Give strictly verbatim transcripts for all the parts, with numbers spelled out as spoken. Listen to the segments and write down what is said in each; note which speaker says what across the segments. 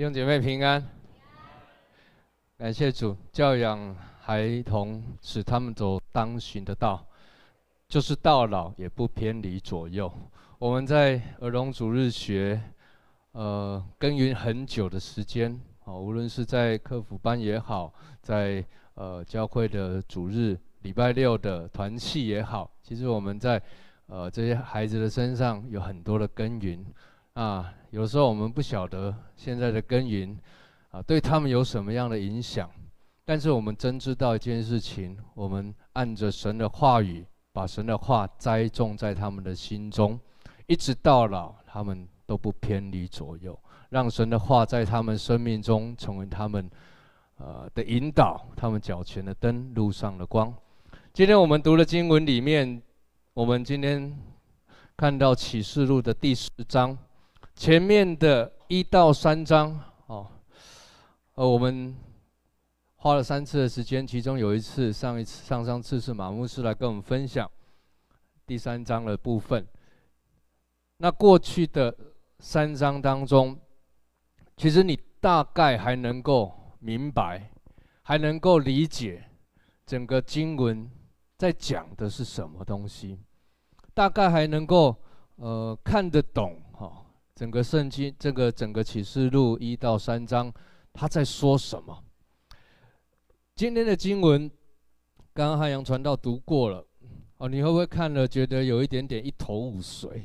Speaker 1: 弟兄姐妹平安，感谢主教养孩童，使他们走当行的道，就是到老也不偏离左右。我们在儿童主日学，呃，耕耘很久的时间，哦，无论是在课辅班也好，在呃教会的主日、礼拜六的团契也好，其实我们在呃这些孩子的身上有很多的耕耘。啊，有时候我们不晓得现在的耕耘啊，对他们有什么样的影响，但是我们真知道一件事情：我们按着神的话语，把神的话栽种在他们的心中，一直到老，他们都不偏离左右，让神的话在他们生命中成为他们呃的引导，他们脚前的灯，路上的光。今天我们读的经文里面，我们今天看到启示录的第十章。前面的一到三章，哦，呃，我们花了三次的时间，其中有一次，上一次、上上次是马牧师来跟我们分享第三章的部分。那过去的三章当中，其实你大概还能够明白，还能够理解整个经文在讲的是什么东西，大概还能够呃看得懂哈。哦，整个圣经，这个整个启示录一到三章，他在说什么？今天的经文，刚刚汉阳传道读过了，哦，你会不会看了觉得有一点点一头雾水？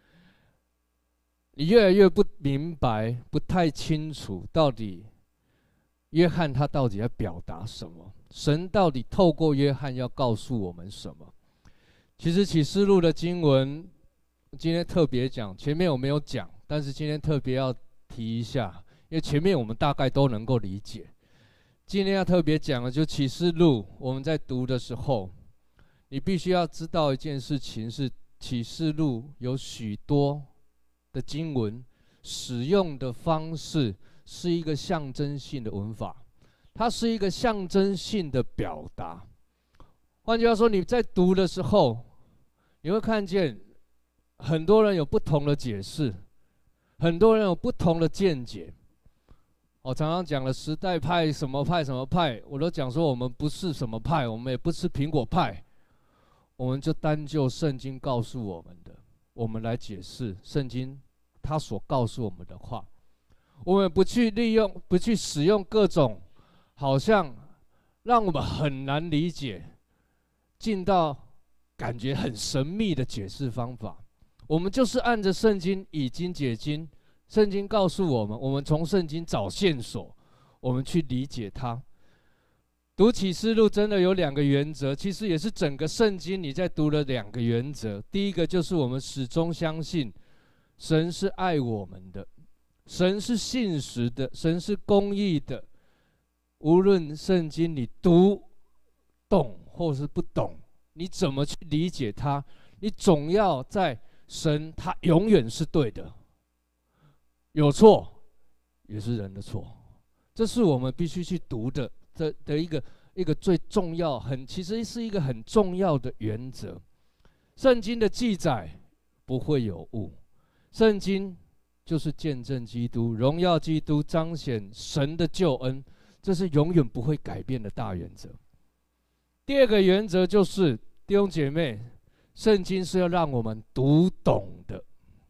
Speaker 1: 你越来越不明白，不太清楚，到底约翰他到底要表达什么？神到底透过约翰要告诉我们什么？其实启示录的经文，今天特别讲，前面我没有讲，但是今天特别要提一下，因为前面我们大概都能够理解。今天要特别讲的就启示录，我们在读的时候，你必须要知道一件事情是，启示录有许多的经文使用的方式是一个象征性的文法，它是一个象征性的表达。换句话说，你在读的时候，你会看见很多人有不同的解释，很多人有不同的见解。我常常讲了时代派什么派什么派，我都讲说我们不是什么派，我们也不是苹果派，我们就单就圣经告诉我们的，我们来解释圣经它所告诉我们的话。我们不去利用，不去使用各种好像让我们很难理解，进到感觉很神秘的解释方法。我们就是按着圣经以经解经，圣经告诉我们，我们从圣经找线索，我们去理解它。读启示录真的有两个原则，其实也是整个圣经你在读的两个原则。第一个就是我们始终相信神是爱我们的，神是信实的，神是公义的。无论圣经你读懂或是不懂，你怎么去理解它，你总要在神他永远是对的，有错也是人的错，这是我们必须去读的的的一个一个最重要，很其实是一个很重要的原则。圣经的记载不会有误，圣经就是见证基督、荣耀基督、彰显神的救恩，这是永远不会改变的大原则。第二个原则就是弟兄姐妹，圣经是要让我们读懂的。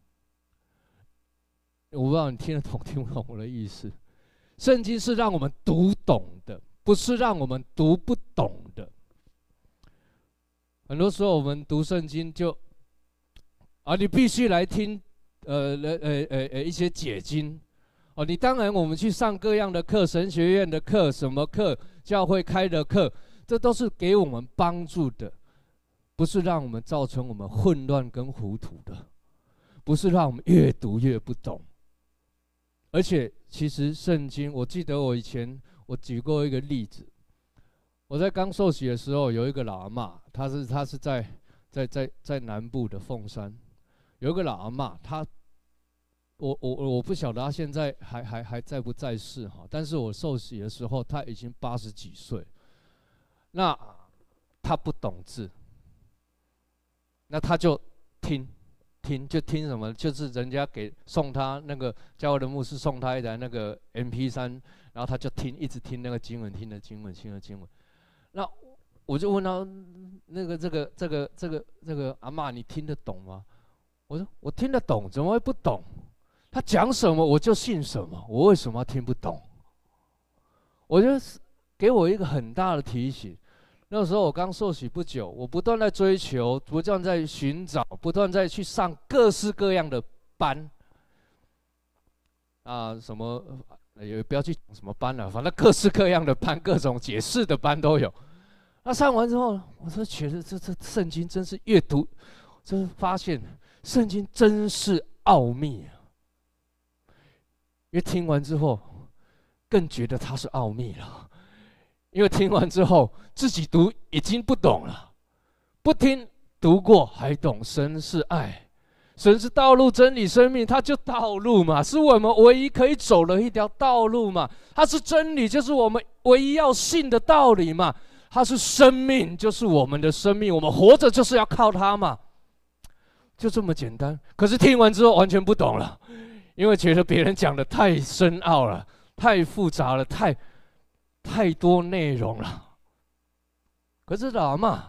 Speaker 1: 我不知道你听得懂听不懂我的意思。圣经是让我们读懂的，不是让我们读不懂的。很多时候我们读圣经就啊，你必须来听呃呃呃呃一些解经哦。你当然我们去上各样的课，神学院的课，什么课，教会开的课，这都是给我们帮助的。不是让我们造成我们混乱跟糊涂的，不是让我们越读越不懂。而且其实圣经，我记得我以前我举过一个例子，我在刚受洗的时候，有一个老阿嬷，她是她是在在在在南部的凤山，有一个老阿嬷，她我我我不晓得她现在还还还在不在世哈，但是我受洗的时候，她已经八十几岁，那她不懂字。那他就听， 听，就听什么？就是人家给送他那个教会的牧师送他一台那个 M P 三，然后他就听，一直听那个经文，听的经文，听的经文。那我就问他，那个这个这个这个这个阿嬷，你听得懂吗？我说我听得懂，怎么会不懂？他讲什么我就信什么，我为什么听不懂？我觉得给我一个很大的提醒。那时候我刚受洗不久，我不断在追求，不断在寻找，不断在去上各式各样的班。啊，什么也不要去讲什么班了，反正各式各样的班，各种解释的班都有。那上完之后，我说觉得这这圣经真是越读，就是发现圣经真是奥秘啊。因为听完之后，更觉得它是奥秘了。因为听完之后，自己读已经不懂了，不听读过还懂。神是爱，神是道路、真理、生命，它就道路嘛，是我们唯一可以走的一条道路嘛。它是真理，就是我们唯一要信的道理嘛。它是生命，就是我们的生命，我们活着就是要靠它嘛，就这么简单。可是听完之后完全不懂了，因为觉得别人讲的太深奥了，太复杂了，太太多内容了。可是老妈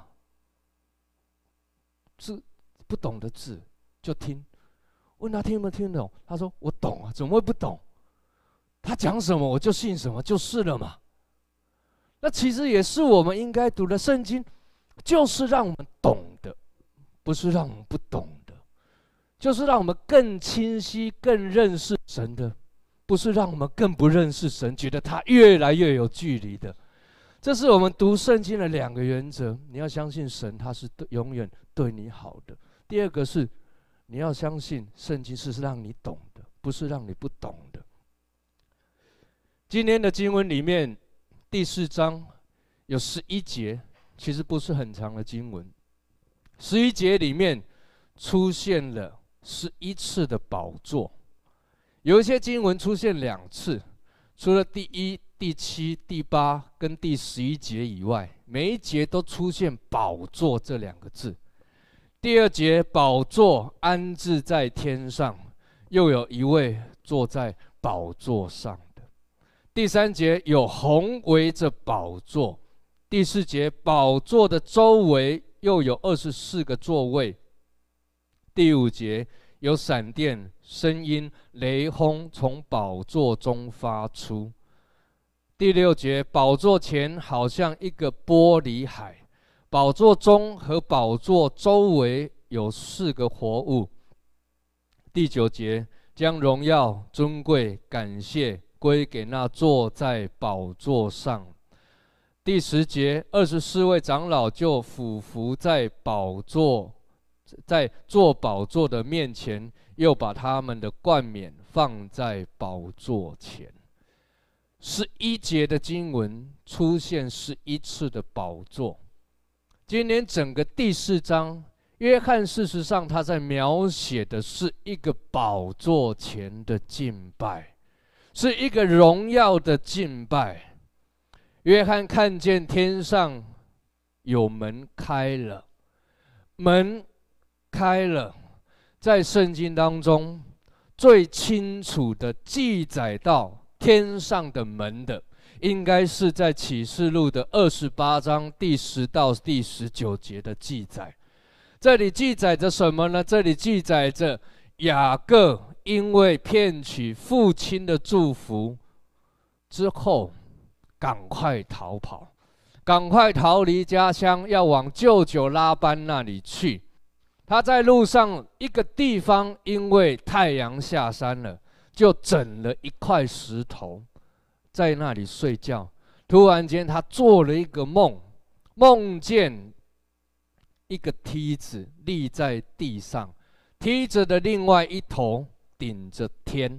Speaker 1: 是不懂的字就听，问他听没听懂，他说我懂啊，怎么会不懂？他讲什么我就信什么就是了嘛。那其实也是我们应该读的圣经，就是让我们懂的，不是让我们不懂的，就是让我们更清晰、更认识神的，不是让我们更不认识神，觉得他越来越有距离的。这是我们读圣经的两个原则：你要相信神，他是永远对你好的；第二个是，你要相信圣经是让你懂的，不是让你不懂的。今天的经文里面，第四章有十一节，其实不是很长的经文。十一节里面出现了十一次的宝座，有一些经文出现两次，除了第一、第七、第八跟第十一节以外，每一节都出现宝座这两个字。第二节，宝座安置在天上，又有一位坐在宝座上。第三节有红围着宝座，第四节宝座的周围又有二十四个座位，第五节有闪电、声音、雷轰从宝座中发出，第六节宝座前好像一个玻璃海，宝座中和宝座周围有四个活物，第九节将荣耀、尊贵、感谢归给那坐在宝座上。第十节，二十四位长老就俯伏在宝座，在坐宝座的面前，又把他们的冠冕放在宝座前。十一节的经文出现十一次的宝座。今天整个第四章，约翰事实上他在描写的是一个宝座前的敬拜，是一个荣耀的敬拜。约翰看见天上有门开了，门开了，在圣经当中最清楚的记载到天上的门的，应该是在启示录的二十八章第十到第十九节的记载。这里记载着什么呢？这里记载着雅各因为骗取父亲的祝福之后，赶快逃跑，赶快逃离家乡，要往舅舅拉班那里去。他在路上一个地方，因为太阳下山了，就整了一块石头，在那里睡觉。突然间，他做了一个梦，梦见一个梯子立在地上，梯子的另外一头顶着天。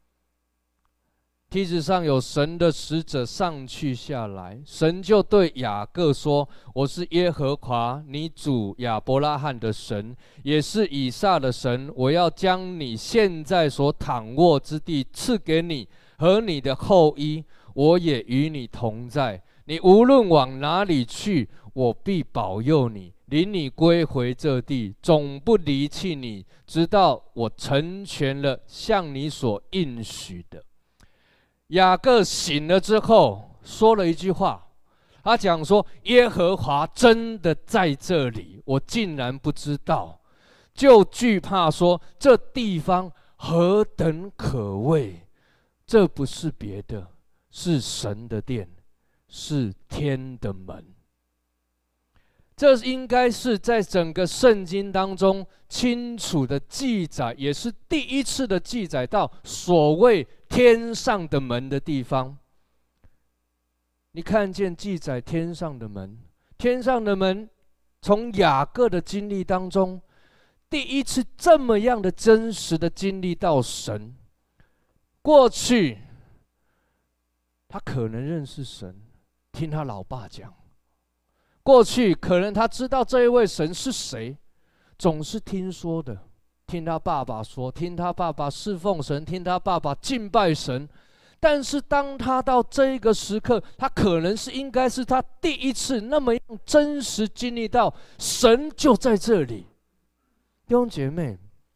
Speaker 1: 梯子上有神的使者上去下来，神就对雅各说：我是耶和华你主亚伯拉罕的神，也是以撒的神。我要将你现在所躺卧之地赐给你和你的后裔，我也与你同在。 你无论往哪里去，我必保佑你，领你归回这地，总不离弃你，直到我成全了向你所应许的。雅各醒了之后，说了一句话，他讲说：耶和华真的在这里，我竟然不知道，就惧怕说这地方何等可畏！这不是别的，是神的殿，是天的门。这应该是在整个圣经当中清楚的记载，也是第一次的记载到所谓天上的门的地方。你看见记载天上的门，天上的门，从雅各的经历当中，第一次这么样的真实的经历到神。过去他可能认识神，听他老爸讲。过去可能他知道这一位神是谁，总是听说的，听他爸爸说，听他爸爸侍奉神，听他爸爸敬拜神。但是当他到这一个时刻，他可能是应该是他第一次那么样真实经历到神就在这里。弟兄姐妹，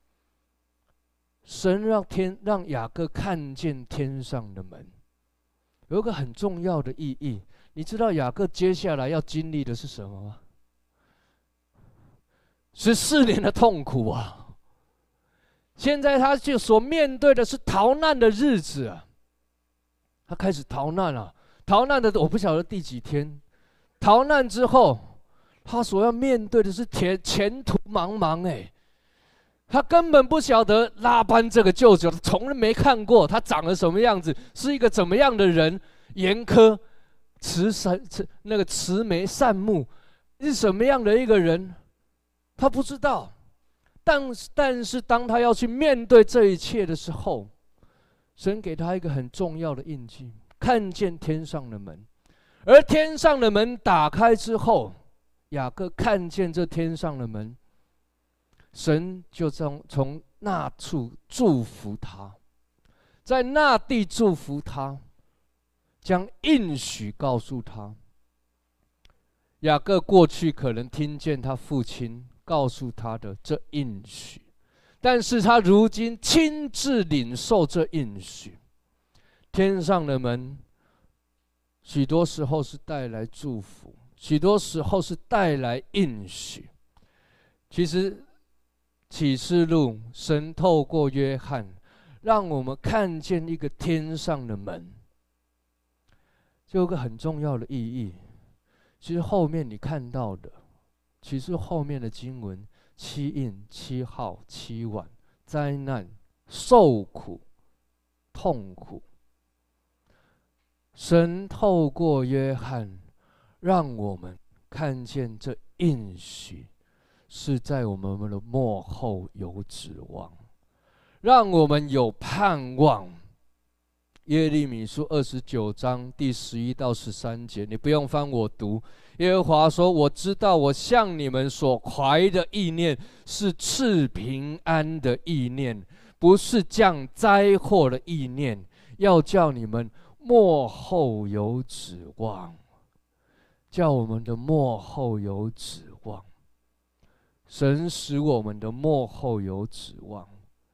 Speaker 1: 神让天让雅各看见天上的门，有一个很重要的意义。你知道雅各接下来要经历的是什么吗？十四年的痛苦啊！现在他就所面对的是逃难的日子啊！他开始逃难了，逃难的我不晓得第几天。逃难之后，他所要面对的是前前途茫茫哎！他根本不晓得拉班这个舅舅，他从来没看过他长得什么样子，是一个怎么样的人，严苛。慈善那个慈眉善目是什么样的一个人，他不知道。但是，但是当他要去面对这一切的时候，神给他一个很重要的印记，看见天上的门。而天上的门打开之后，雅各看见这天上的门，神就从从那处祝福他，在那地祝福他。将应许告诉他。雅各过去可能听见他父亲告诉他的这应许，但是他如今亲自领受这应许。天上的门，许多时候是带来祝福，许多时候是带来应许。其实启示录，神透过约翰，让我们看见一个天上的门。就有个很重要的意义，其实后面你看到的，其实后面的经文，七印、七号、七晚，灾难、受苦、痛苦，神透过约翰，让我们看见这应许是在我们的末后有指望，让我们有盼望。耶利米书二十九章第十一到十三节，你不用翻我读。耶和华说：“我知道我向你们所怀的意念是赐平安的意念，不是降灾祸的意念，要叫你们末后有指望。”叫我们的末后有指望。神使我们的末后有指望，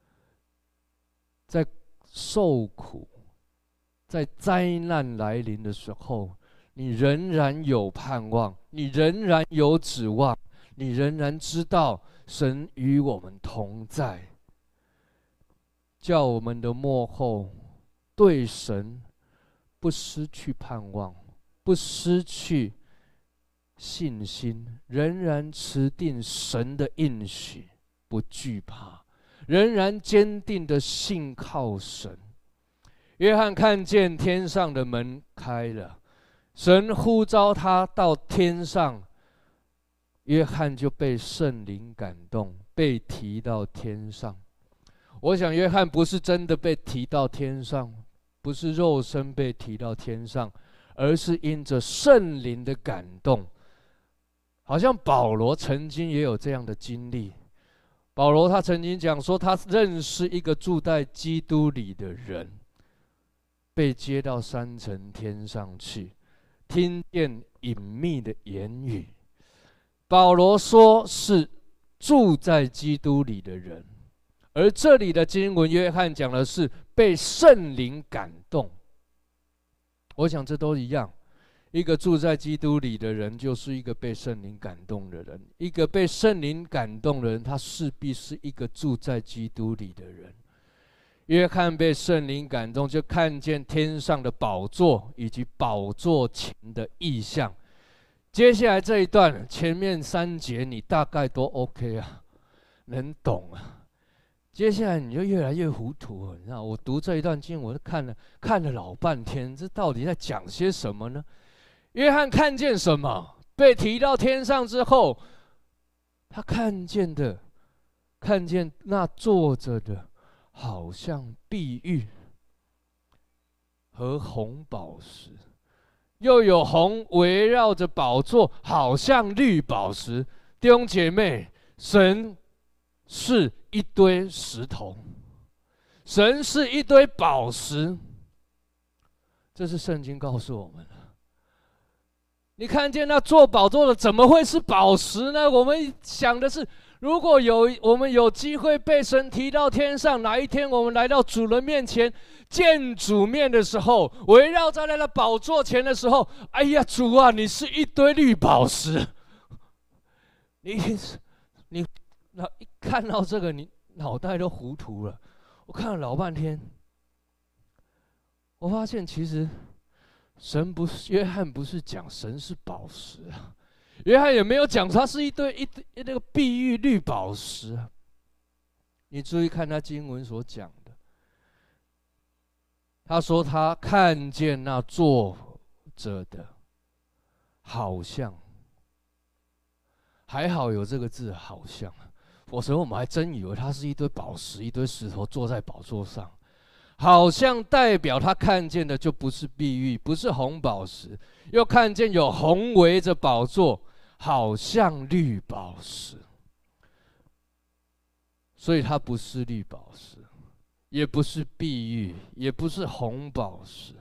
Speaker 1: 在受苦。在灾难来临的时候，你仍然有盼望，你仍然有指望，你仍然知道神与我们同在，叫我们的末后对神不失去盼望，不失去信心，仍然持定神的应许，不惧怕，仍然坚定的信靠神。约翰看见天上的门开了，神呼召他到天上，约翰就被圣灵感动，被提到天上。我想约翰不是真的被提到天上，不是肉身被提到天上，而是因着圣灵的感动。好像保罗曾经也有这样的经历。保罗他曾经讲说，他认识一个住在基督里的人，被接到三层天上去， 听见隐秘的言语。保罗说是住在基督里的人，而这里的经文，约翰讲的是被圣灵感动。我想这都一样，一个住在基督里的人，就是一个被圣灵感动的人。一个被圣灵感动的人，他势必是一个住在基督里的人。约翰被圣灵感动，就看见天上的宝座以及宝座前的异象。接下来这一段，前面三节你大概都 OK 啊，能懂啊。接下来你就越来越糊涂了，你知道？我读这一段经文，看了看了老半天，这到底在讲些什么呢？约翰看见什么？被提到天上之后，他看见的，看见那坐着的，好像碧玉和红宝石，又有红围绕着宝座，好像绿宝石。弟兄姐妹，神是一堆石头，神是一堆宝石，这是圣经告诉我们的。你看见那坐宝座的，怎么会是宝石呢？我们想的是，如果有我们有机会被神提到天上，哪一天我们来到主人面前见主面的时候，围绕在那个宝座前的时候，哎呀，主啊，你是一堆绿宝石。你你那一看到这个，你脑袋都糊涂了。我看了老半天，我发现其实神不是约翰，不是讲神是宝石啊，约翰也没有讲他是一堆一堆那个碧玉绿宝石啊。你注意看他经文所讲的，他说他看见那坐着的，好像，还好有这个字，好像。否则我们还真以为他是一堆宝石、一堆石头坐在宝座上。好像代表他看见的就不是碧玉，不是红宝石，又看见有红围着宝座，好像绿宝石。所以它不是绿宝石，也不是碧玉，也不是红宝石。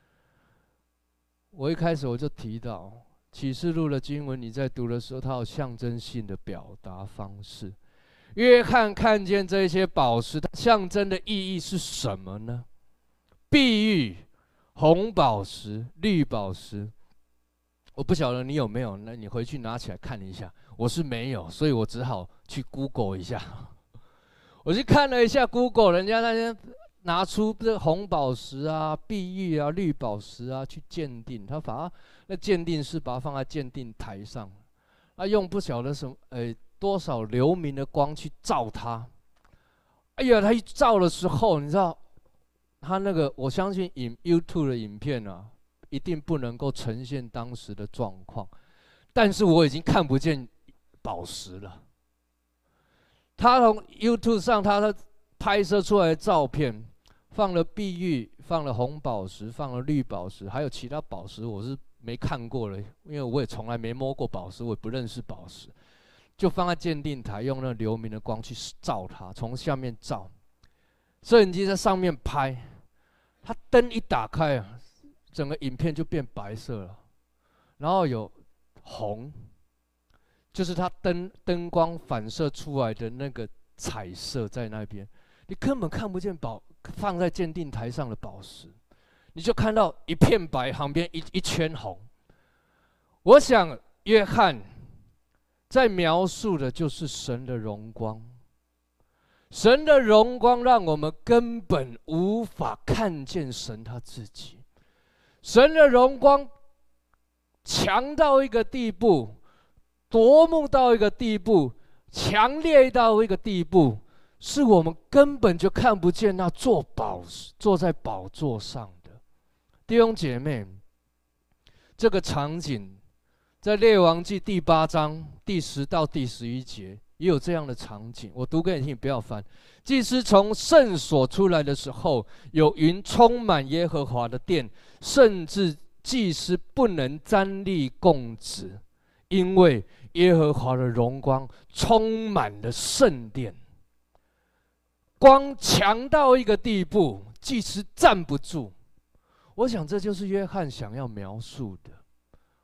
Speaker 1: 我一开始我就提到启示录的经文，你在读的时候，它有象征性的表达方式。约翰看见这些宝石，它象征的意义是什么呢？碧玉、红宝石、绿宝石，我不晓得你有没有，那你回去拿起来看一下。我是没有，所以我只好去 Google 一下。我去看了一下 Google， 人家那些拿出这红宝石啊、碧玉啊、绿宝石啊去鉴定，他把它那鉴定是把它放在鉴定台上，他用不晓得什么，呃。多少流明的光去照它，哎呀，他一照的时候，你知道，他那个我相信影 YouTube 的影片啊，一定不能够呈现当时的状况，但是我已经看不见宝石了。他从 YouTube 上他的拍摄出来的照片，放了碧玉，放了红宝石，放了绿宝石，还有其他宝石，我是没看过了，因为我也从来没摸过宝石，我也不认识宝石。就放在鉴定台，用那流明的光去照它，从下面照，摄影机在上面拍，它灯一打开啊，整个影片就变白色了，然后有红，就是它灯灯光反射出来的那个彩色在那边，你根本看不见宝放在鉴定台上的宝石，你就看到一片白，旁边一一圈红。我想约翰在描述的就是神的荣光，神的荣光让我们根本无法看见神他自己。神的荣光强到一个地步，夺目到一个地步，强烈到一个地步，是我们根本就看不见那坐宝坐在宝座上的弟兄姐妹。这个场景在列王记第八章第十到第十一节也有这样的场景，我读给你听，不要翻。祭司从圣所出来的时候，有云充满耶和华的殿，甚至祭司不能站立供职，因为耶和华的荣光充满了圣殿，光强到一个地步，祭司站不住。我想这就是约翰想要描述的。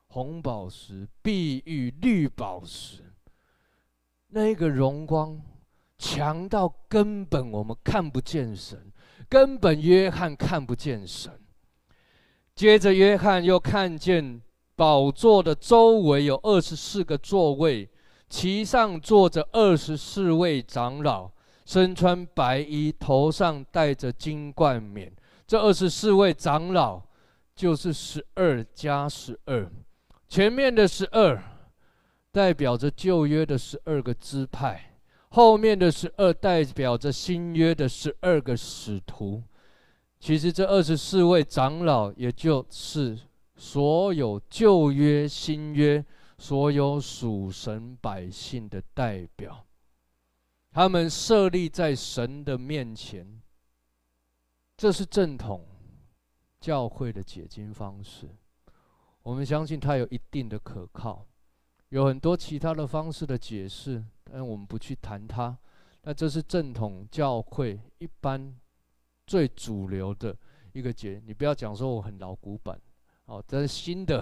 Speaker 1: 红宝石、碧玉、绿宝石，那个荣光强到根本我们看不见神，根本约翰看不见神。接着约翰又看见宝座的周围有二十四个座位，其上坐着二十四位长老，身穿白衣，头上戴着金冠冕。这二十四位长老就是十二加十二，前面的十二代表着旧约的十二个支派，后面的十二代表着新约的十二个使徒。其实这二十四位长老，也就是所有旧约、新约所有属神百姓的代表，他们设立在神的面前。这是正统教会的解经方式，我们相信它有一定的可靠。有很多其他的方式的解释，但我们不去谈它。那这是正统教会一般最主流的一个解，你不要讲说我很老古板哦，但是新的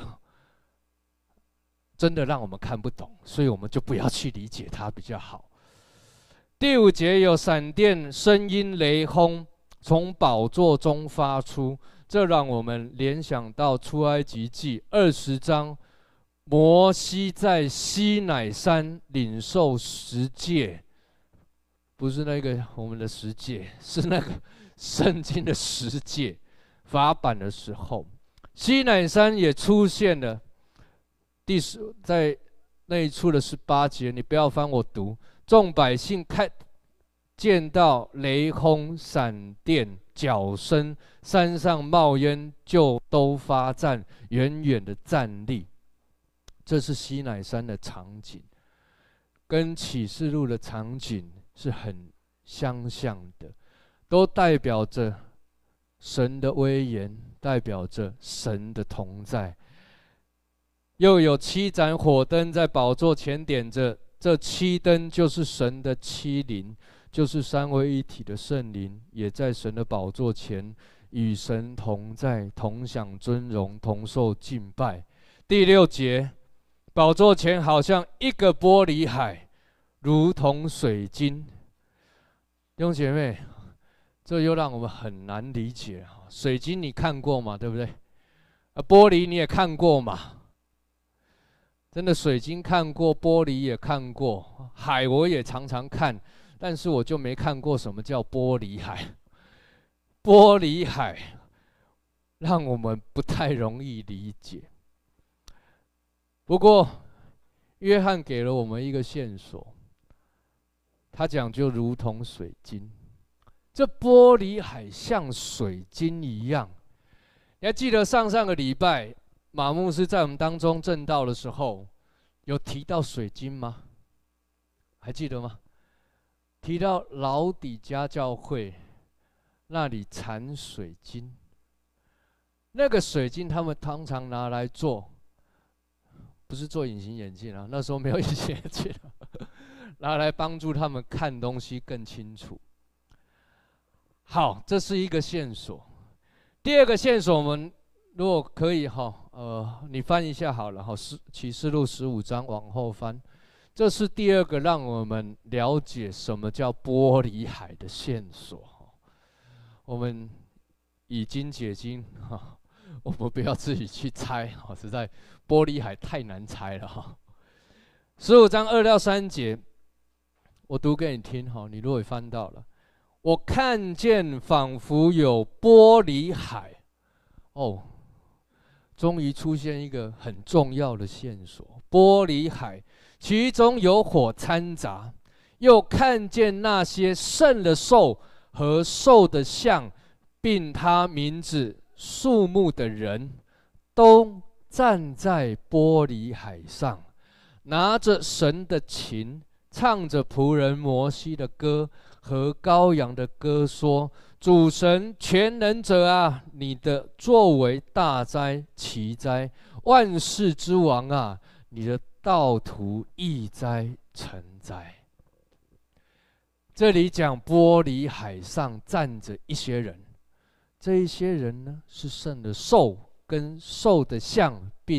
Speaker 1: 真的让我们看不懂，所以我们就不要去理解它比较好。第五节有闪电、声音、雷轰从宝座中发出，这让我们联想到出埃及记二十章，摩西在西乃山领受十诫，不是那个我们的十诫，是那个圣经的十诫法版的时候，西乃山也出现了。第十在那一处的十八节，你不要翻我读。众百姓看见到雷轰、闪电、角声，山上冒烟，就都发战，远远的站立。这是西乃山的场景，跟启示录的场景是很相像的。都代表着神的威严，代表着神的同在。又有七盏火灯在宝座前点着，这七灯就是神的七灵，就是三位一体的圣灵，也在神的宝座前与神同在，同享尊荣，同受敬拜。第六节，宝座前好像一个玻璃海，如同水晶。弟兄姐妹，这又让我们很难理解。水晶你看过嘛？对不对？啊，玻璃你也看过嘛？真的，水晶看过，玻璃也看过，海我也常常看，但是我就没看过什么叫玻璃海。玻璃海让我们不太容易理解。不过，约翰给了我们一个线索，他讲就如同水晶。这玻璃海像水晶一样。你还记得上上个礼拜马牧师在我们当中证道的时候，有提到水晶吗？还记得吗？提到老底嘉教会那里产水晶，那个水晶他们通常拿来做，不是做隐形眼镜啊，那时候没有隐形眼镜啊，拿来帮助他们看东西更清楚。好，这是一个线索。第二个线索，我们如果可以哈，呃，你翻一下好了哈，启示录十五章往后翻，这是第二个让我们了解什么叫玻璃海的线索。我们以经解经哈，我们不要自己去猜哈，实在玻璃海太难猜了哈。十五章二到三节，我读给你听哈，你如果翻到了。我看见仿佛有玻璃海，哦，终于出现一个很重要的线索。玻璃海，其中有火掺杂，又看见那些胜了兽和兽的像，并他名字数目的人，都站在玻璃海上，拿着神的琴，唱着仆人摩西的歌和羔羊的歌，说：主神全能者啊，你的作为大哉奇哉，万世之王啊，你的道途义哉诚哉。这里讲玻璃海上站着一些人，这一些人呢是胜了兽跟兽的像，并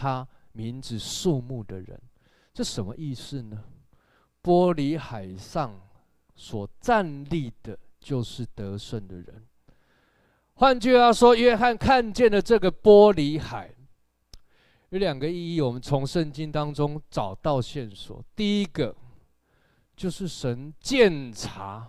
Speaker 1: 他名字数目的人。这什么意思呢？玻璃海上所站立的就是得胜的人。换句话说，约翰看见了这个玻璃海，有两个意义，我们从圣经当中找到线索。第一个就是神鉴察，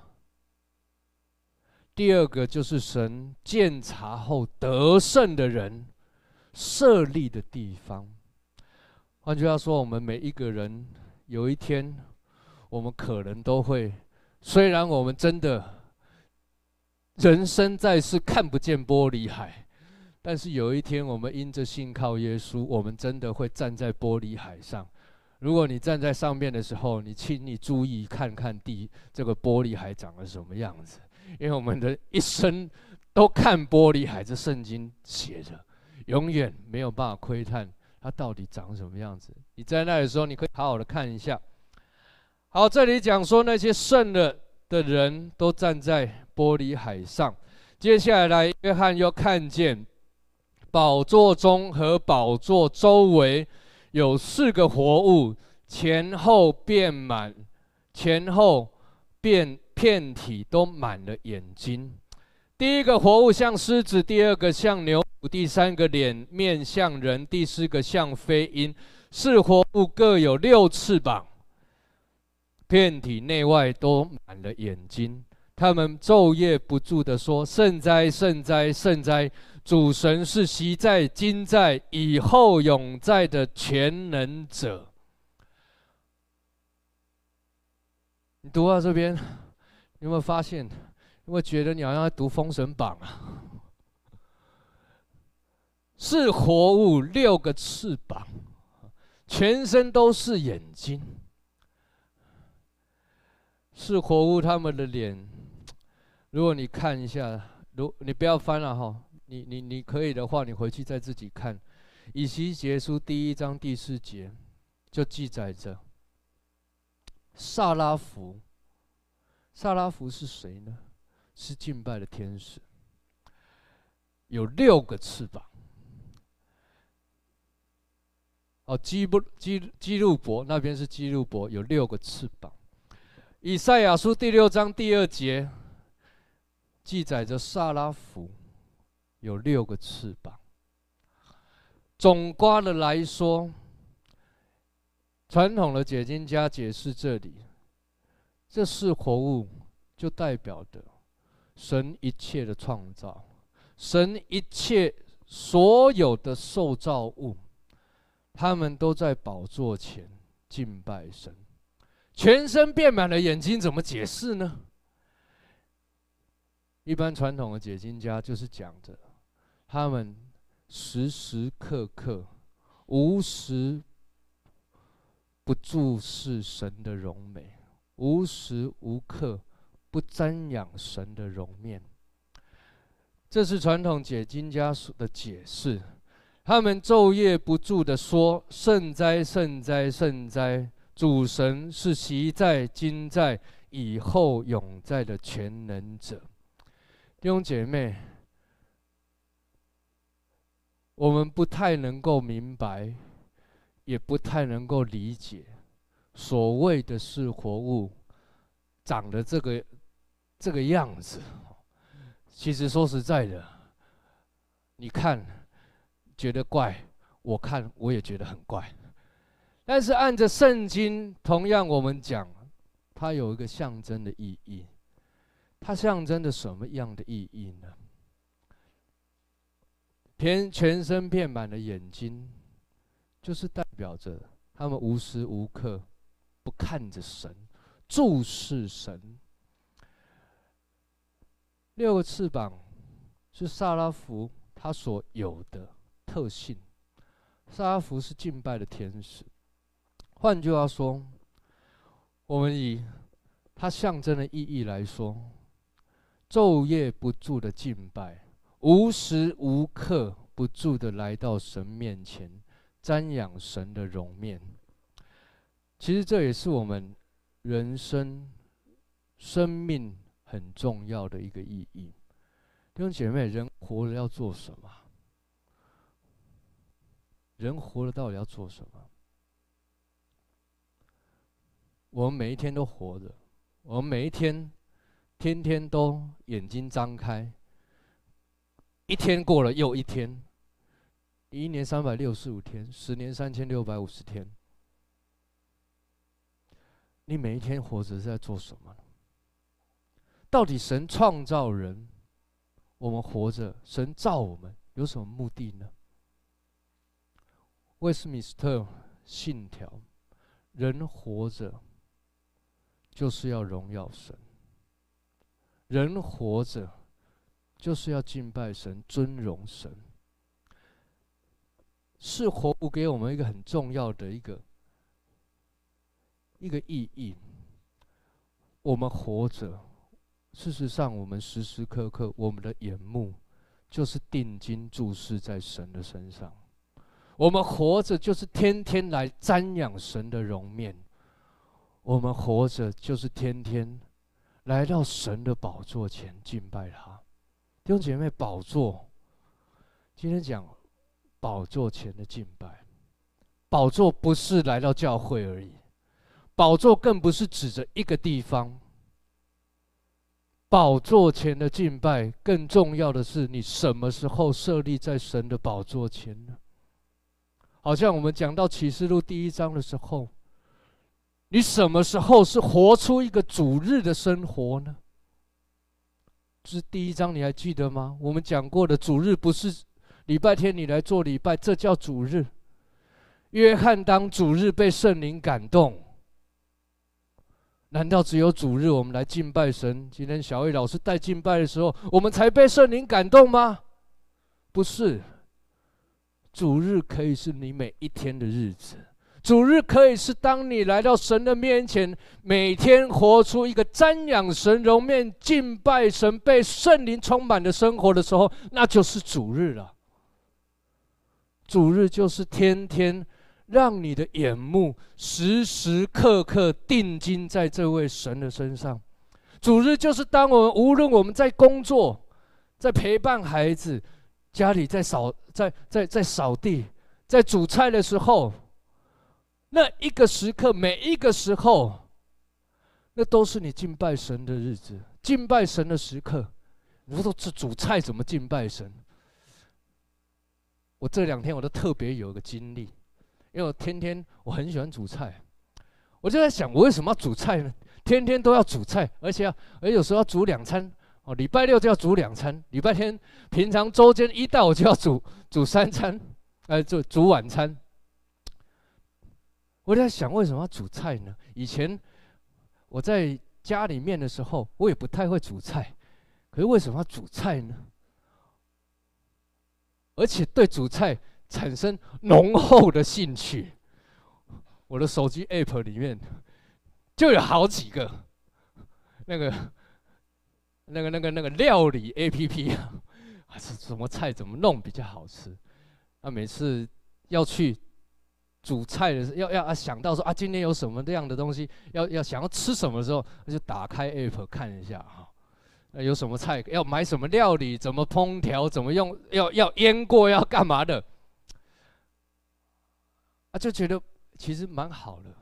Speaker 1: 第二个就是神鉴察后得胜的人设立的地方。换句话说，我们每一个人有一天，我们可能都会，虽然我们真的人生在世看不见玻璃海，但是有一天我们因着信靠耶稣，我们真的会站在玻璃海上。如果你站在上面的时候，你请你注意看看地这个玻璃海长得什么样子，因为我们的一生都看玻璃海，这圣经写着，永远没有办法窥探它到底长什么样子。你在那的时候，你可以好好的看一下。好，这里讲说那些胜了的人都站在玻璃海上。接下来，约翰又看见宝座中和宝座周围有四个活物，前后遍满，前后遍遍体都满了眼睛。第一个活物像狮子，第二个像牛，第三个脸面像人，第四个像飞鹰。四活物各有六翅膀，遍体内外都满了眼睛。他们昼夜不住地说：圣哉，圣哉，圣哉！主神是昔在、今在、以后永在的全能者。你读到这边，你有没有发现？有没有觉得你好像在读《封神榜》啊？是活物，六个翅膀，全身都是眼睛。是活物，他们的脸，如果你看一下，如你不要翻了哈，你你你可以的话，你回去再自己看。以西结书第一章第四节就记载着撒拉弗。撒拉弗是谁呢？是敬拜的天使，有六个翅膀。哦，基布基基路伯那边是基路伯，有六个翅膀。以赛亚书第六章第二节记载着撒拉弗有六个翅膀。总括的来说，传统的解经家解释这里，这四活物就代表的神一切的创造，神一切所有的受造物，他们都在宝座前敬拜神。全身遍满了眼睛，怎么解释呢？一般传统的解经家就是讲着，他们时时刻刻、无时不注视神的荣美，无时无刻不瞻仰神的容面。这是传统解经家的解释。他们昼夜不住地说：圣哉，圣哉，圣哉！主神是昔在、今在、以后永在的全能者。弟兄姐妹，我们不太能够明白，也不太能够理解，所谓的是活物长得这个这个样子。其实说实在的，你看觉得怪，我看我也觉得很怪。但是按着圣经，同样我们讲，它有一个象征的意义。它象征的什么样的意义呢？全全身遍满了眼睛，就是代表着他们无时无刻不看着神，注视神。六个翅膀是撒拉弗他所有的特性。撒拉弗是敬拜的天使。换句话说，我们以它象征的意义来说，昼夜不住的敬拜，无时无刻不住的来到神面前，瞻仰神的容面。其实这也是我们人生、生命很重要的一个意义。弟兄姐妹，人活着要做什么？ 人活着到底要做什么？我们每一天都活着，我们每一天，天天都眼睛张开，一天过了又一天，一年三百六十五天，十年三千六百五十天。你每一天活着是在做什么呢？到底神创造人，我们活着，神造我们有什么目的呢？威斯敏斯特信条：人活着就是要荣耀神，人活着就是要敬拜神、尊荣神。是活物给我们一个很重要的一个一个意义。我们活着，事实上，我们时时刻刻，我们的眼目就是定睛注视在神的身上。我们活着，就是天天来瞻仰神的容面。我们活着，就是天天来到神的宝座前敬拜他。弟兄姐妹，宝座，今天讲宝座前的敬拜。宝座不是来到教会而已，宝座更不是指着一个地方。宝座前的敬拜，更重要的是，你什么时候设立在神的宝座前呢？好像我们讲到启示录第一章的时候，你什么时候是活出一个主日的生活呢？这是第一章，你还记得吗？我们讲过的主日不是礼拜天你来做礼拜，这叫主日。约翰当主日被圣灵感动，难道只有主日我们来敬拜神？今天小魏老师带敬拜的时候，我们才被圣灵感动吗？不是，主日可以是你每一天的日子，主日可以是当你来到神的面前，每天活出一个瞻仰神容面、敬拜神、被圣灵充满的生活的时候，那就是主日了。主日就是天天让你的眼目时时刻刻定睛在这位神的身上。主日就是当我们无论我们在工作、在陪伴孩子、家里在扫、在在在扫地、在煮菜的时候，那一个时刻，每一个时候，那都是你敬拜神的日子，敬拜神的时刻。你说这煮菜怎么敬拜神？我这两天我都特别有一个经历。因为我天天我很喜欢煮菜，我就在想，我为什么要煮菜呢？天天都要煮菜，而且要，而且有时候要煮两餐哦。礼拜六就要煮两餐，礼拜天平常周间一到我就要煮煮三餐，呃，煮煮晚餐。我在想，为什么要煮菜呢？以前我在家里面的时候，我也不太会煮菜，可是为什么要煮菜呢？而且对煮菜产生浓厚的兴趣，我的手机 App 里面就有好几个那个、那个、那个、那个料理 A P P 啊，什么菜怎么弄比较好吃？啊，每次要去煮菜的时候，要要啊想到说啊，今天有什么这样的东西，要要想要吃什么的时候，就打开 App 看一下哈。那有什么菜要买什么料理，怎么烹调，怎么用，要要腌过，要干嘛的？啊，就觉得其实蛮好的，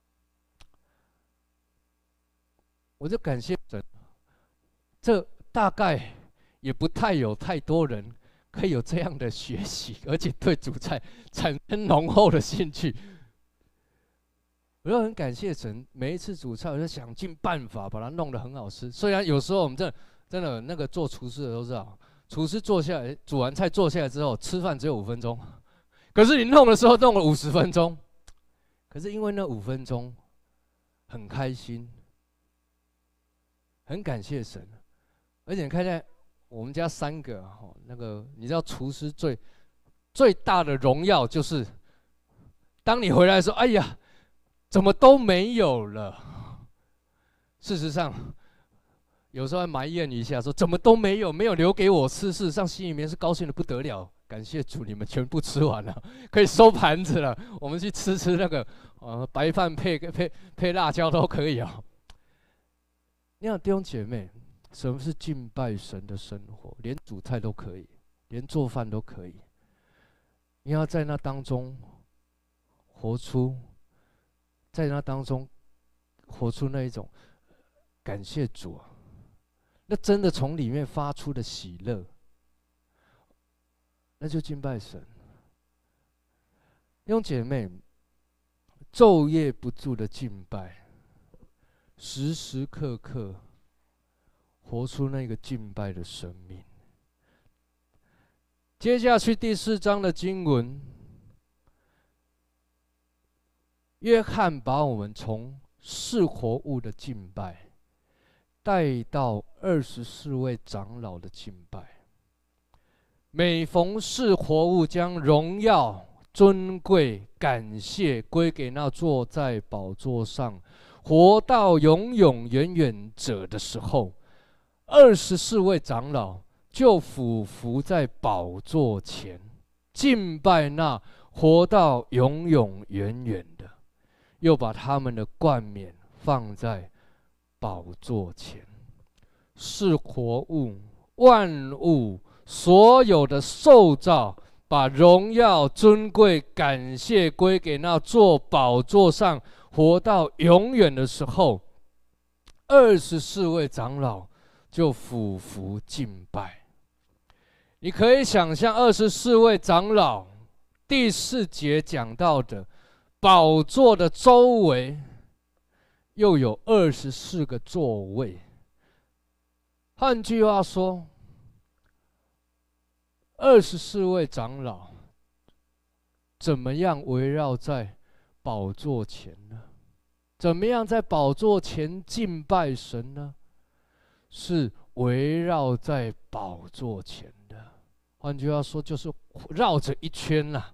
Speaker 1: 我就感谢神。这大概也不太有太多人可以有这样的学习，而且对煮菜产生浓厚的兴趣。我就很感谢神，每一次煮菜，我就想尽办法把它弄得很好吃。虽然有时候我们真的真的那个做厨师的都知道，厨师坐下来煮完菜坐下来之后，吃饭只有五分钟。可是你弄的时候弄了五十分钟，可是因为那五分钟很开心，很感谢神，而且你看见我们家三个哈，那个你知道厨师最最大的荣耀就是，当你回来说，哎呀，怎么都没有了？事实上，有时候还埋怨一下，说怎么都没有，没有留给我吃。事实上，心里面是高兴的不得了。感谢主，你们全部吃完了，可以收盘子了。我们去吃吃那个，呃，白饭配配配辣椒都可以啊。你看弟兄姐妹，什么是敬拜神的生活？连煮菜都可以，连做饭都可以。 你要在那当中活出，在那当中活出那一种感谢主啊，那真的从里面发出的喜乐，那就敬拜神。弟兄姐妹，昼夜不住的敬拜，时时刻刻活出那个敬拜的生命。接下去第四章的经文，约翰把我们从是活物的敬拜带到二十四位长老的敬拜。每逢是活物，将荣耀、尊贵、感谢归给那坐在宝座上、活到永永远远者的时候，二十四位长老就俯伏在宝座前，敬拜那活到永永远远的，又把他们的冠冕放在宝座前。是活物、万物、所有的受造，把荣耀、尊贵、感谢归给那坐宝座上、活到永远的时候，二十四位长老就俯伏敬拜。你可以想象二十四位长老，第四节讲到的宝座的周围又有二十四个座位。换句话说，二十四位长老怎么样围绕在宝座前呢？怎么样在宝座前敬拜神呢？是围绕在宝座前的。换句话说，就是绕着一圈啦、啊。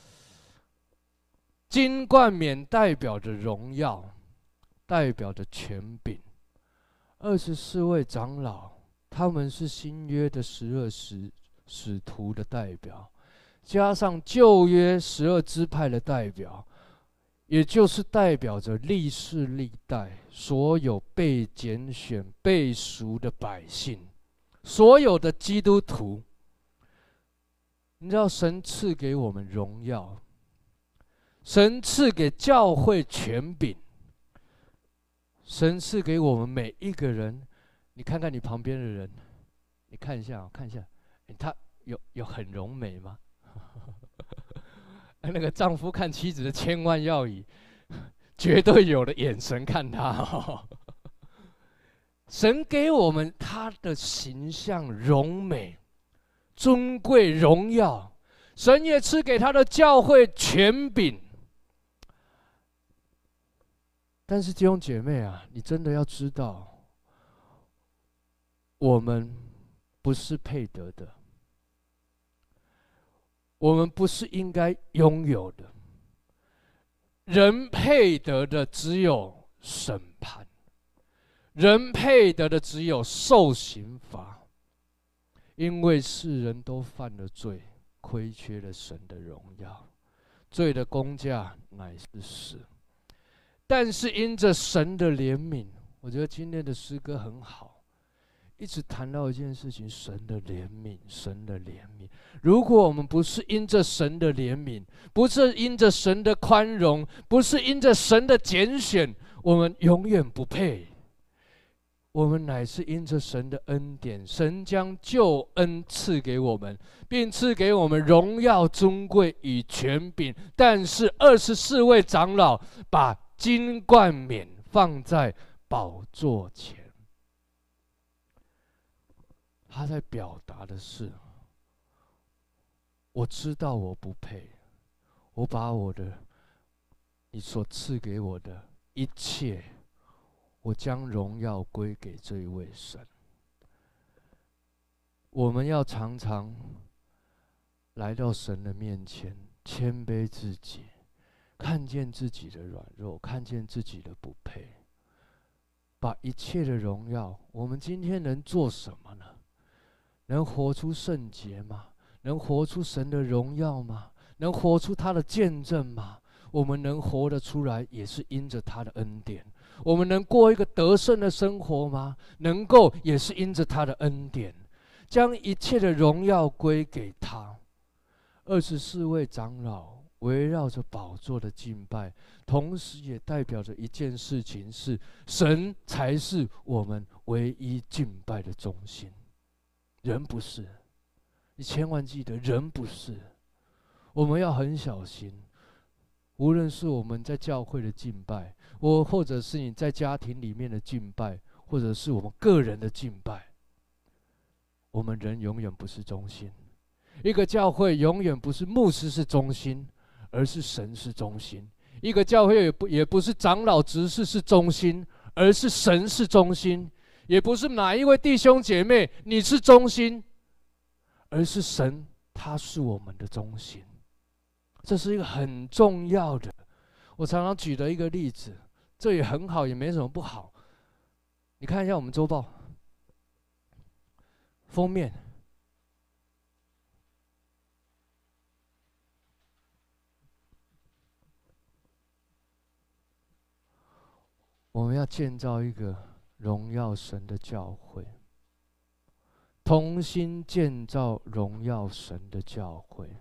Speaker 1: 金冠冕代表着荣耀，代表着权柄。二十四位长老，他们是新约的十二使使徒的代表，加上旧约十二支派的代表，也就是代表着历世历代所有被拣选、被赎的百姓，所有的基督徒。你知道，神赐给我们荣耀，神赐给教会权柄，神赐给我们每一个人。你看看你旁边的人，你看一下，看一下，他有有很荣美吗？那个丈夫看妻子的千万要以绝对有的眼神看他、哦。神给我们他的形象荣美、尊贵、荣耀，神也赐给他的教会权柄。但是弟兄姐妹啊，你真的要知道，我们不是配得的，我们不是应该拥有的。人配得的只有审判，人配得的只有受刑罚。因为世人都犯了罪，亏缺了神的荣耀，罪的工价乃是死。但是因着神的怜悯，我觉得今天的诗歌很好，一直谈到一件事情：神的怜悯，神的怜悯。如果我们不是因着神的怜悯，不是因着神的宽容，不是因着神的拣选，我们永远不配。我们乃是因着神的恩典，神将救恩赐给我们，并赐给我们荣耀、尊贵与权柄。但是二十四位长老把金冠冕放在宝座前，他在表达的是：我知道我不配，我把我的你所赐给我的一切，我将荣耀归给这一位神。我们要常常来到神的面前，谦卑自己，看见自己的软弱，看见自己的不配，把一切的荣耀。我们今天能做什么呢？能活出圣洁吗？能活出神的荣耀吗？能活出他的见证吗？我们能活得出来，也是因着他的恩典。我们能过一个得胜的生活吗？能够，也是因着他的恩典，将一切的荣耀归给他。 二十四位长老围绕着宝座的敬拜，同时也代表着一件事情是：神才是我们唯一敬拜的中心，人不是。你千万记得，人不是。我们要很小心，无论是我们在教会的敬拜，我或者是你在家庭里面的敬拜，或者是我们个人的敬拜，我们人永远不是中心。一个教会永远不是牧师是中心，而是神是中心。一个教会也不也不是长老执事是中心，而是神是中心。也不是哪一位弟兄姐妹你是中心，而是神，他是我们的中心。这是一个很重要的。我常常举的一个例子，这也很好，也没什么不好。你看一下我们周报封面，我们要建造一个荣耀神的教会，同心建造荣耀神的教会。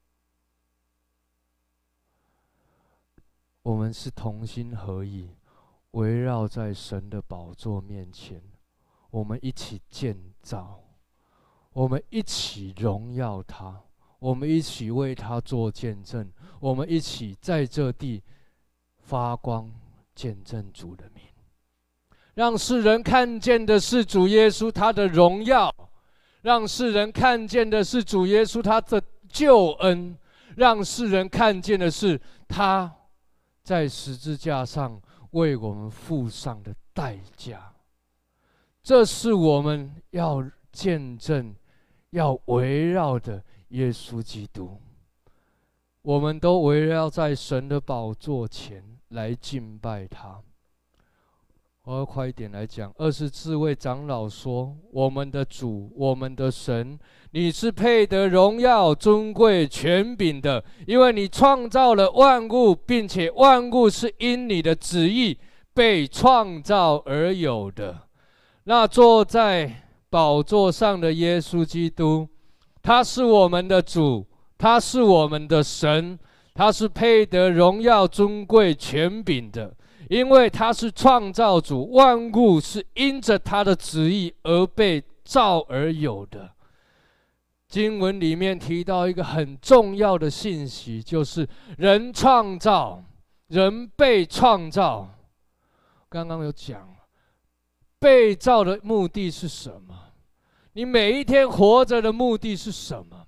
Speaker 1: 我们是同心合意，围绕在神的宝座面前，我们一起建造，我们一起荣耀他，我们一起为他做见证，我们一起在这地发光，见证主的名，让世人看见的是主耶稣他的荣耀，让世人看见的是主耶稣他的救恩，让世人看见的是他在十字架上为我们付上的代价。这是我们要见证、要围绕的耶稣基督。我们都围绕在神的宝座前来敬拜他。我要快一点来讲。二十四位长老说：“我们的主，我们的神，你是配得荣耀、尊贵、权柄的，因为你创造了万物，并且万物是因你的旨意被创造而有的。”那坐在宝座上的耶稣基督，他是我们的主，他是我们的神，他是配得荣耀、尊贵、权柄的。因为他是创造主，万物是因着他的旨意而被造而有的。经文里面提到一个很重要的信息，就是人创造，人被创造。刚刚有讲，被造的目的是什么？你每一天活着的目的是什么？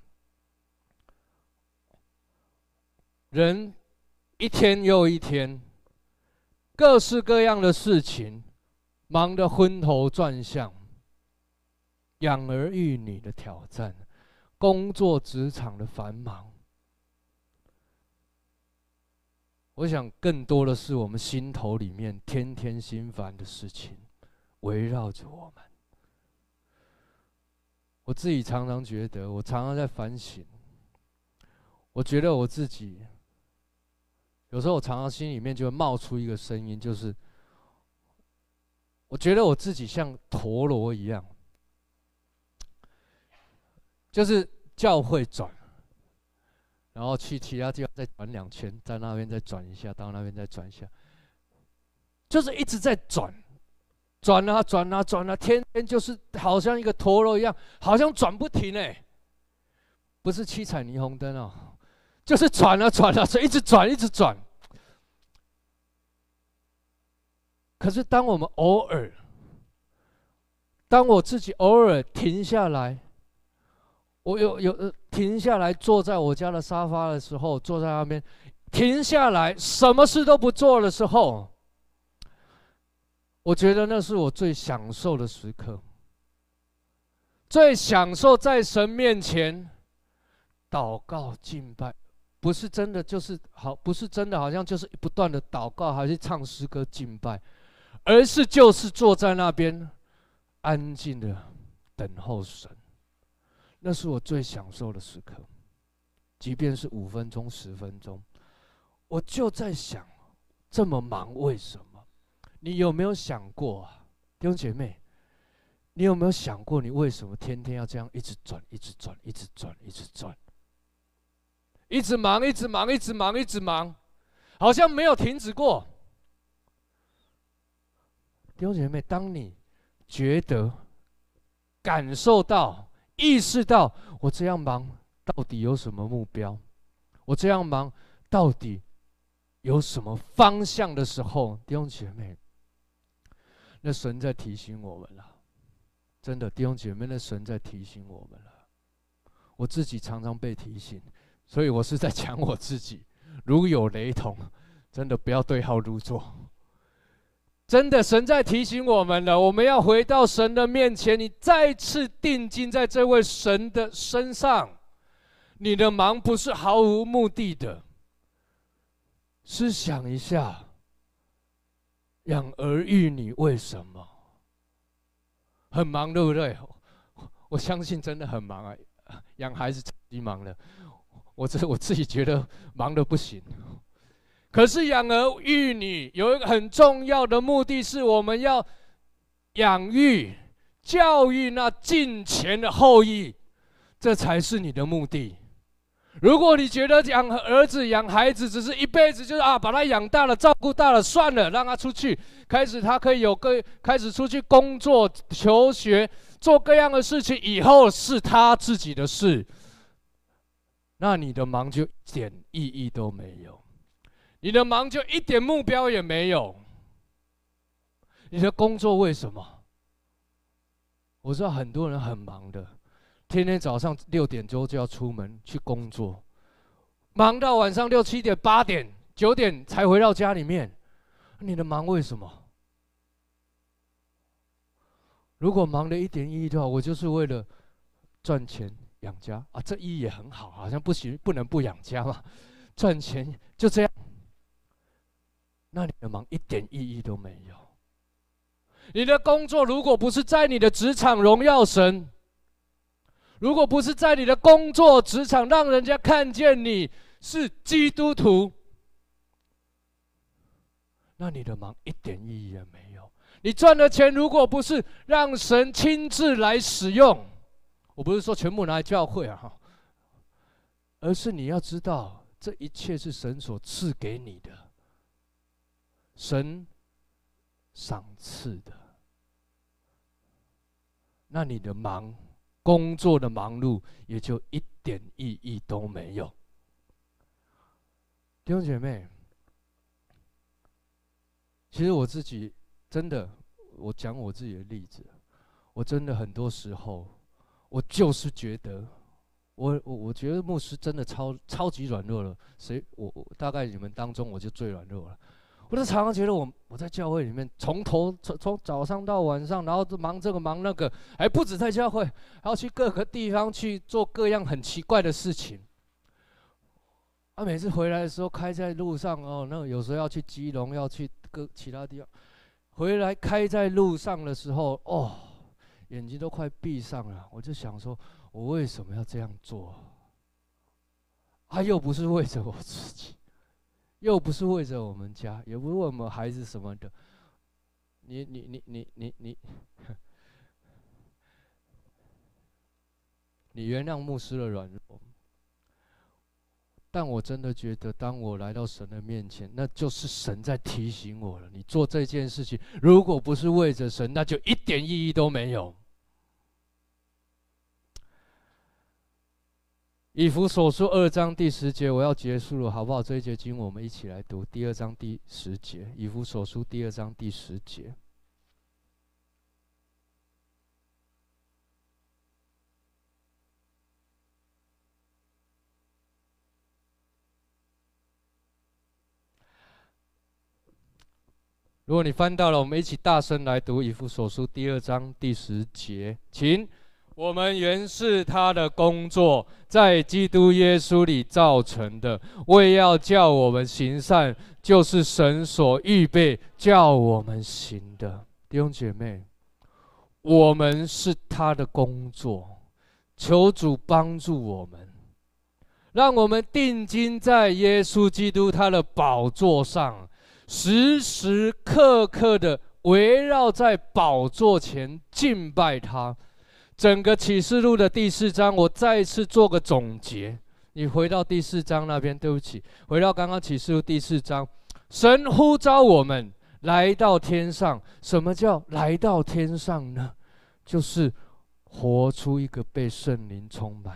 Speaker 1: 人一天又一天，各式各样的事情，忙得昏头转向，养儿育女的挑战，工作职场的繁忙。我想更多的是我们心头里面天天心烦的事情围绕着我们。我自己常常觉得，我常常在反省，我觉得我自己有时候我常常心里面就会冒出一个声音，就是我觉得我自己像陀螺一样，就是教会转，然后去其他地方再转两圈，在那边再转一下，到那边再转一下，就是一直在转，转啊转啊转啊，天天就是好像一个陀螺一样，好像转不停哎，不是七彩霓虹灯哦。就是转啊转啊，一直转一直转。可是当我们偶尔，当我自己偶尔停下来，我有有停下来，坐在我家的沙发的时候，坐在那边，停下来，什么事都不做的时候，我觉得那是我最享受的时刻，最享受在神面前祷告敬拜。不是真的就是好，不是真的好像就是不断的祷告，还是唱诗歌敬拜，而是就是坐在那边安静的等候神。那是我最享受的时刻，即便是五分钟、十分钟，我就在想，这么忙为什么？你有没有想过啊，弟兄姐妹？你有没有想过，你为什么天天要这样一直转、一直转、一直转、一直转？ 一直忙，一直忙，一直忙，一直忙，好像没有停止过。弟兄姐妹，当你觉得、感受到、意识到我这样忙到底有什么目标？我这样忙到底有什么方向的时候，弟兄姐妹，那神在提醒我们了。真的，弟兄姐妹，那神在提醒我们了。我自己常常被提醒，所以我是在讲我自己。如有雷同，真的不要对号入座。真的，神在提醒我们了，我们要回到神的面前，你再次定睛在这位神的身上。你的忙不是毫无目的的。思想一下，养儿育女为什么？很忙，对不对？我相信真的很忙啊，养孩子超级忙的，我这我自己觉得忙得不行。可是养儿育女有一个很重要的目的，是我们要养育、教育那近前的后裔，这才是你的目的。如果你觉得养儿子、养孩子只是一辈子，就是啊，把他养大了、照顾大了，算了，让他出去，开始他可以有个开始出去工作、求学、做各样的事情，以后是他自己的事，那你的忙就一点意义都没有。你的忙就一点目标也没有。你的工作为什么？我知道很多人很忙的，天天早上六点钟就要出门去工作，忙到晚上六七点、八点、九点才回到家里面。你的忙为什么？如果忙的一点意义的话，我就是为了赚钱养家啊，这意义也很好，好像不行，不能不养家嘛，赚钱就这样。那你的忙一点意义都没有。你的工作如果不是在你的职场荣耀神，如果不是在你的工作职场让人家看见你是基督徒，那你的忙一点意义也没有。你赚的钱如果不是让神亲自来使用，我不是说全部拿来教会啊，而是你要知道这一切是神所赐给你的，神赏赐的，那你的忙，工作的忙碌也就一点意义都没有。弟兄姐妹，其实我自己真的，我讲我自己的例子，我真的很多时候，我就是觉得，我我我觉得牧师真的超超级软弱了。谁我我大概你们当中我就最软弱了。我就常常觉得我我在教会里面从头从从早上到晚上，然后忙这个忙那个，还不止在教会，还要去各个地方去做各样很奇怪的事情。啊，每次回来的时候开在路上哦，那有时候要去基隆，要去各其他地方，回来开在路上的时候，哦，眼睛都快闭上了。我就想说，我为什么要这样做？啊，又不是为着我自己。又不是为着我们家，也不是为我们孩子什么的。你你你你你你，你原谅牧师的软弱，但我真的觉得，当我来到神的面前，那就是神在提醒我了。你做这件事情，如果不是为着神，那就一点意义都没有。以弗所书二章第十节，我要结束了，好不好？这一节经文我们一起来读第二章第十节。以弗所书第二章第十节。如果你翻到了，我们一起大声来读以弗所书第二章第十节，请。我们原是他的工作，在基督耶稣里造成的，为要叫我们行善，就是神所预备叫我们行的。弟兄姐妹，我们是他的工作，求主帮助我们，让我们定睛在耶稣基督他的宝座上，时时刻刻的围绕在宝座前敬拜他。整个启示录的第四章，我再一次做个总结， 你回到第四章那边，对不起，回到刚刚启示录第四章，神呼召我们来到天上。什么叫来到天上呢？就是活出一个被圣灵充满，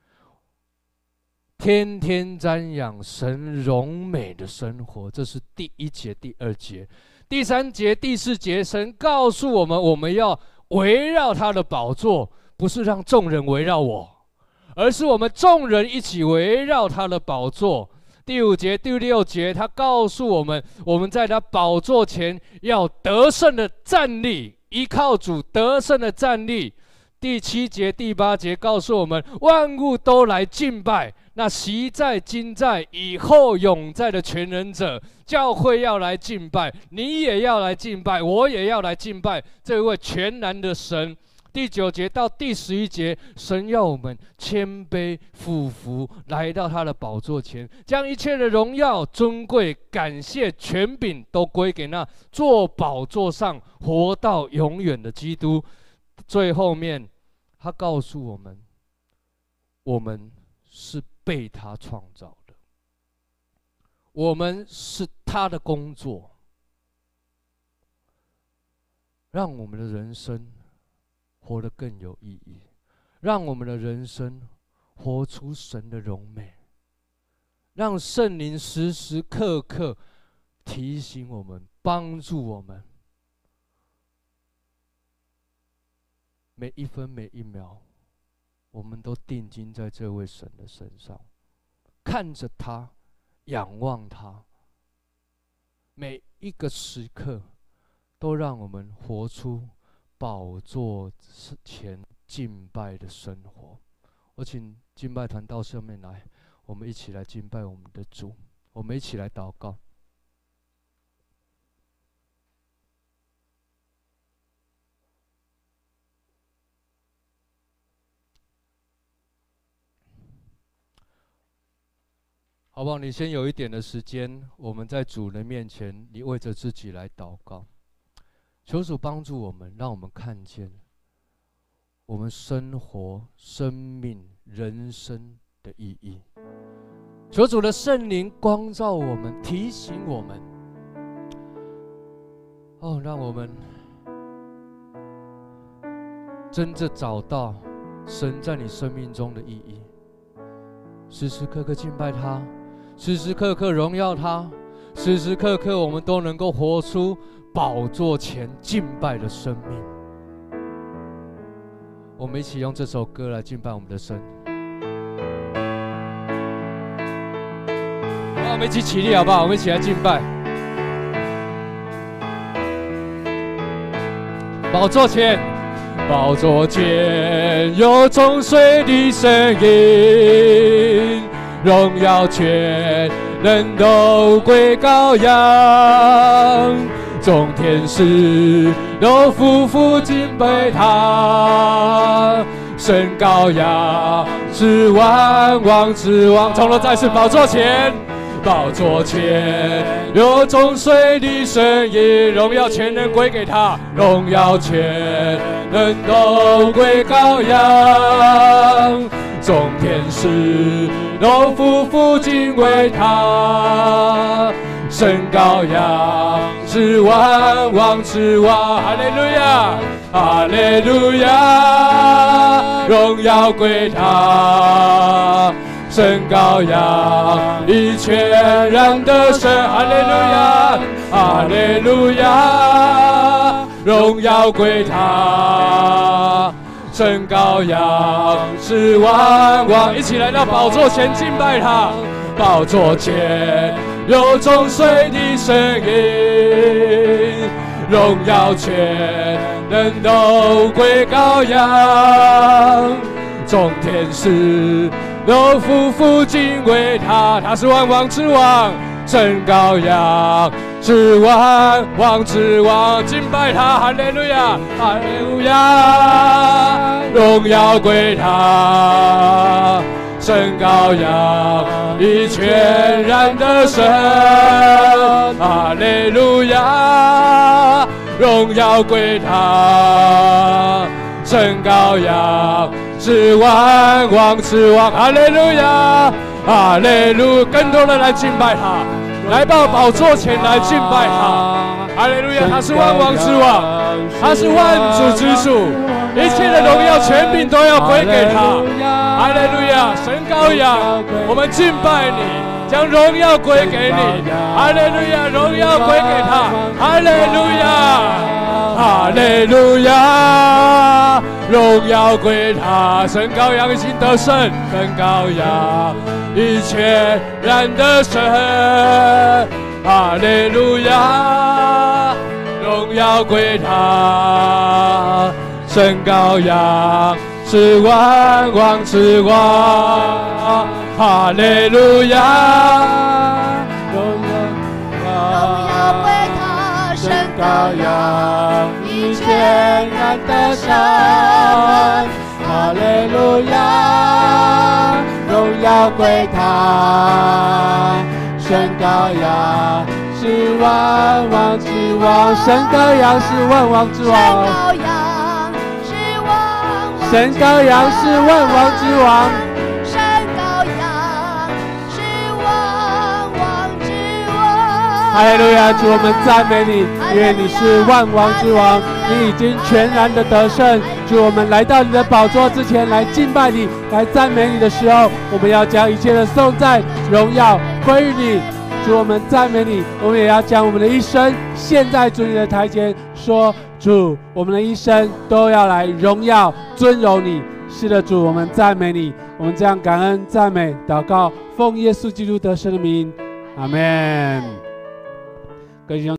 Speaker 1: 天天瞻仰神荣美的生活。这是第一节、第二节。第三节、第四节，神告诉我们，我们要围绕他的宝座，不是让众人围绕我，而是我们众人一起围绕他的宝座。第五节、第六节，他告诉我们，我们在他宝座前要得胜的站立，依靠主得胜的站立。第七节、第八节告诉我们，万物都来敬拜那昔在、今在、以后永在的全能者。教会要来敬拜，你也要来敬拜，我也要来敬拜这位全能的神。第九节到第十一节，神要我们谦卑俯伏，来到他的宝座前，将一切的荣耀、尊贵、感谢、权柄都归给那坐宝座上活到永远的基督。最后面，他告诉我们，我们是被他创造的，我们是他的工作，让我们的人生活得更有意义，让我们的人生活出神的荣美，让圣灵时时刻刻提醒我们，帮助我们，每一分每一秒，我们都定睛在这位神的身上，看着他，仰望他，每一个时刻都让我们活出宝座前敬拜的生活。我请敬拜团到上面来，我们一起来敬拜我们的主，我们一起来祷告。好不好？你先有一点的时间，我们在主人面前，你为着自己来祷告，求主帮助我们，让我们看见我们生活、生命、人生的意义。求主的圣灵光照我们，提醒我们，哦，让我们真正找到神在你生命中的意义，时时刻刻敬拜他，时时刻刻荣耀他，时时刻刻我们都能够活出宝座前敬拜的生命。我们一起用这首歌来敬拜我们的神。好，我们一起起立好不好？我们一起来敬拜。宝座前，宝座前有众水的声音，荣耀权能都归羔羊，众天使都匍匐敬拜他，神羔羊是万王之王。从头再次，宝座前，宝座前有众水的声音，荣耀全能归给他，荣耀全能都归羔羊，众天使都匍匐敬畏他，神羔羊是万王之王。哈利路亚，哈利路亚，荣耀归他，神羔羊以全然的神。哈利路亚，哈利路亚，荣耀归他，神羔羊是万王。一起来到宝座前敬拜他，宝座前有众水的声音，荣耀全能都归羔羊，众天使都匍匐敬畏他，他是万王之王，神羔羊是万王之王，敬拜他。哈利路亚，哈利路亚，荣耀归他，神羔羊以全然的神。哈利路亚，荣耀归他，神羔羊是万王之王。哈利路亚，哈利路，更多人来敬拜他，来到宝座前来敬拜他。哈利路亚，他是万王之王，他是万主之主，一切的荣耀权柄都要归给他。哈利路亚，神羔羊，我们敬拜你，将荣耀归给你。哈利路亚，荣耀归给他。哈利路亚，哈利路亚，荣耀归他。神羔羊已经得胜，神羔羊一切然得胜。哈利路亚，荣耀归他。神羔羊是万王之王。哈利路亚，荣耀归他。神羔羊一切然得胜。哈利路亚，荣耀归他。神羔羊是万王之王。神羔羊是万王之王。神羔羊是万王之王。神羔羊是万王之王。哈利路亚，主我们赞美你，因为你是万王之王，你已经全然的得胜。主我们来到你的宝座之前来敬拜你，来赞美你的时候，我们要将一切的颂赞荣耀归于你。主我们赞美你，我们也要将我们的一生献在主你的台前，说主，我们的一生都要来荣耀尊荣你。是的，主，我们赞美你，我们这样感恩赞美祷告，奉耶稣基督得胜的名，阿们。各位弟兄。